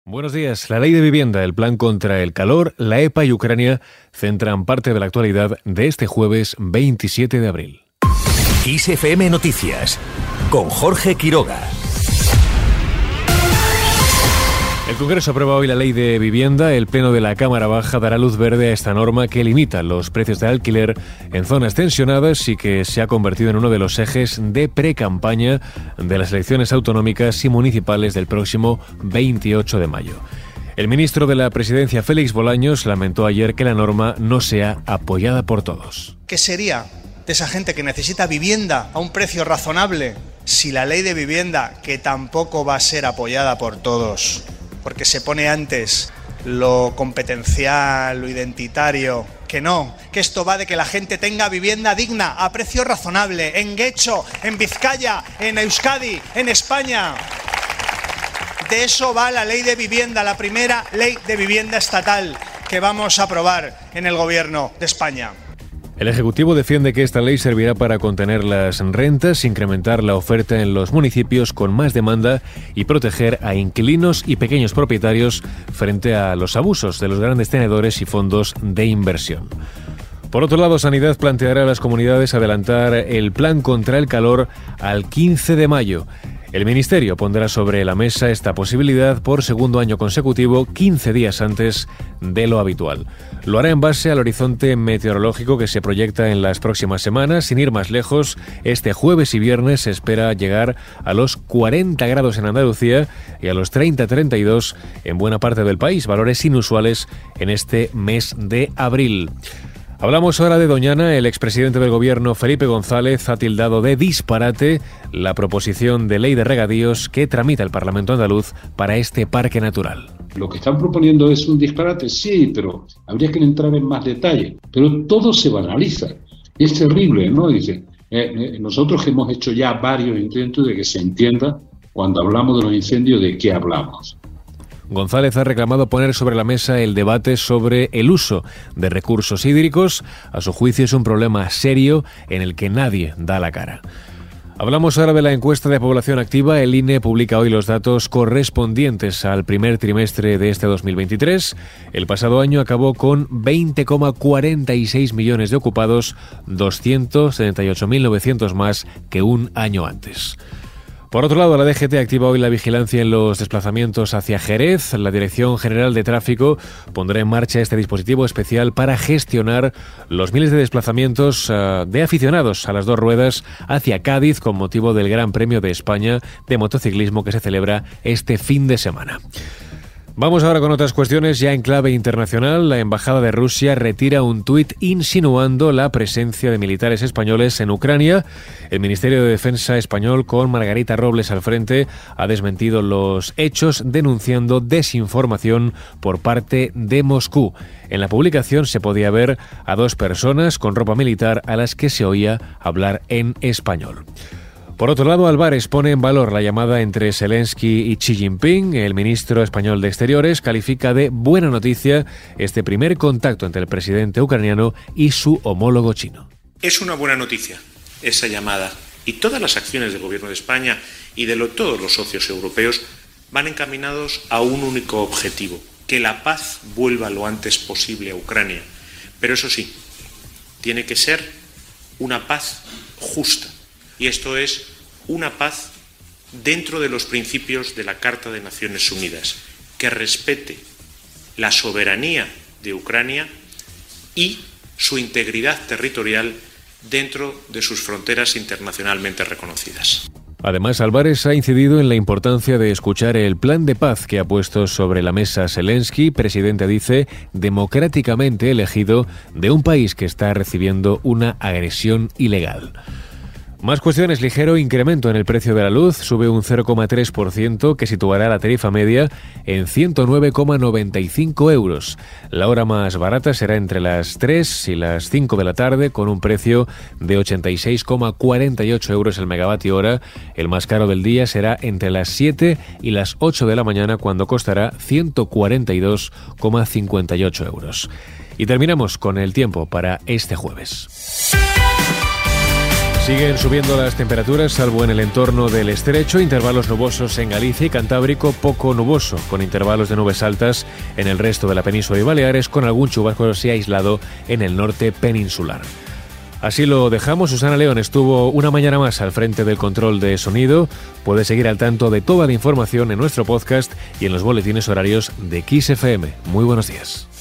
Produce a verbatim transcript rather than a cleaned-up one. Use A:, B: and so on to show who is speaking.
A: Buenos días. La Ley de Vivienda, el Plan contra el Calor, la E P A y Ucrania centran parte de la actualidad de este jueves veintisiete de abril.
B: I S F M Noticias, con Jorge Quiroga.
A: El Congreso aprueba hoy la Ley de Vivienda. El Pleno de la Cámara Baja dará luz verde a esta norma que limita los precios de alquiler en zonas tensionadas y que se ha convertido en uno de los ejes de pre-campaña de las elecciones autonómicas y municipales del próximo veintiocho de mayo. El ministro de la Presidencia, Félix Bolaños, lamentó ayer que la norma no sea apoyada por todos.
C: ¿Qué sería de esa gente que necesita vivienda a un precio razonable si la Ley de Vivienda, que tampoco va a ser apoyada por todos, porque se pone antes lo competencial, lo identitario, que no, que esto va de que la gente tenga vivienda digna, a precio razonable, en Guecho, en Vizcaya, en Euskadi, en España? De eso va la Ley de Vivienda, la primera ley de vivienda estatal que vamos a aprobar en el Gobierno de España.
A: El Ejecutivo defiende que esta ley servirá para contener las rentas, incrementar la oferta en los municipios con más demanda y proteger a inquilinos y pequeños propietarios frente a los abusos de los grandes tenedores y fondos de inversión. Por otro lado, Sanidad planteará a las comunidades adelantar el plan contra el calor al quince de mayo. El Ministerio pondrá sobre la mesa esta posibilidad por segundo año consecutivo, quince días antes de lo habitual. Lo hará en base al horizonte meteorológico que se proyecta en las próximas semanas. Sin ir más lejos, este jueves y viernes se espera llegar a los cuarenta grados en Andalucía y a los treinta a treinta y dos en buena parte del país, valores inusuales en este mes de abril. Hablamos ahora de Doñana. El expresidente del Gobierno, Felipe González, ha tildado de disparate la proposición de ley de regadíos que tramita el Parlamento andaluz para este parque natural.
D: Lo que están proponiendo es un disparate, sí, pero habría que entrar en más detalle. Pero todo se banaliza. Es terrible, ¿no? Dice, eh, eh, nosotros hemos hecho ya varios intentos de que se entienda cuando hablamos de los incendios de qué hablamos.
A: González ha reclamado poner sobre la mesa el debate sobre el uso de recursos hídricos. A su juicio es un problema serio en el que nadie da la cara. Hablamos ahora de la encuesta de población activa. El I N E publica hoy los datos correspondientes al primer trimestre de este dos mil veintitrés. El pasado año acabó con veinte coma cuarenta y seis millones de ocupados, doscientos setenta y ocho mil novecientos más que un año antes. Por otro lado, la D G T activa hoy la vigilancia en los desplazamientos hacia Jerez. La Dirección General de Tráfico pondrá en marcha este dispositivo especial para gestionar los miles de desplazamientos uh, de aficionados a las dos ruedas hacia Cádiz con motivo del Gran Premio de España de motociclismo que se celebra este fin de semana. Vamos ahora con otras cuestiones ya en clave internacional. La Embajada de Rusia retira un tuit insinuando la presencia de militares españoles en Ucrania. El Ministerio de Defensa español, con Margarita Robles al frente, ha desmentido los hechos denunciando desinformación por parte de Moscú. En la publicación se podía ver a dos personas con ropa militar a las que se oía hablar en español. Por otro lado, Álvarez pone en valor la llamada entre Zelensky y Xi Jinping. El ministro español de Exteriores califica de buena noticia este primer contacto entre el presidente ucraniano y su homólogo chino.
E: Es una buena noticia esa llamada, y todas las acciones del Gobierno de España y de lo, todos los socios europeos van encaminados a un único objetivo: que la paz vuelva lo antes posible a Ucrania. Pero eso sí, tiene que ser una paz justa. Y esto es una paz dentro de los principios de la Carta de Naciones Unidas, que respete la soberanía de Ucrania y su integridad territorial dentro de sus fronteras internacionalmente reconocidas.
A: Además, Álvarez ha incidido en la importancia de escuchar el plan de paz que ha puesto sobre la mesa Zelensky, presidente, dice, democráticamente elegido de un país que está recibiendo una agresión ilegal. Más cuestiones. Ligero incremento en el precio de la luz, sube un cero coma tres por ciento, que situará la tarifa media en ciento nueve coma noventa y cinco euros. La hora más barata será entre las tres y las cinco de la tarde, con un precio de ochenta y seis coma cuarenta y ocho euros el megavatio hora. El más caro del día será entre las siete y las ocho de la mañana, cuando costará ciento cuarenta y dos coma cincuenta y ocho euros. Y terminamos con el tiempo para este jueves. Siguen subiendo las temperaturas, salvo en el entorno del estrecho, intervalos nubosos en Galicia y Cantábrico, poco nuboso, con intervalos de nubes altas en el resto de la península y Baleares, con algún chubasco así aislado en el norte peninsular. Así lo dejamos. Susana León estuvo una mañana más al frente del control de sonido. Puede seguir al tanto de toda la información en nuestro podcast y en los boletines horarios de Kiss F M. Muy buenos días.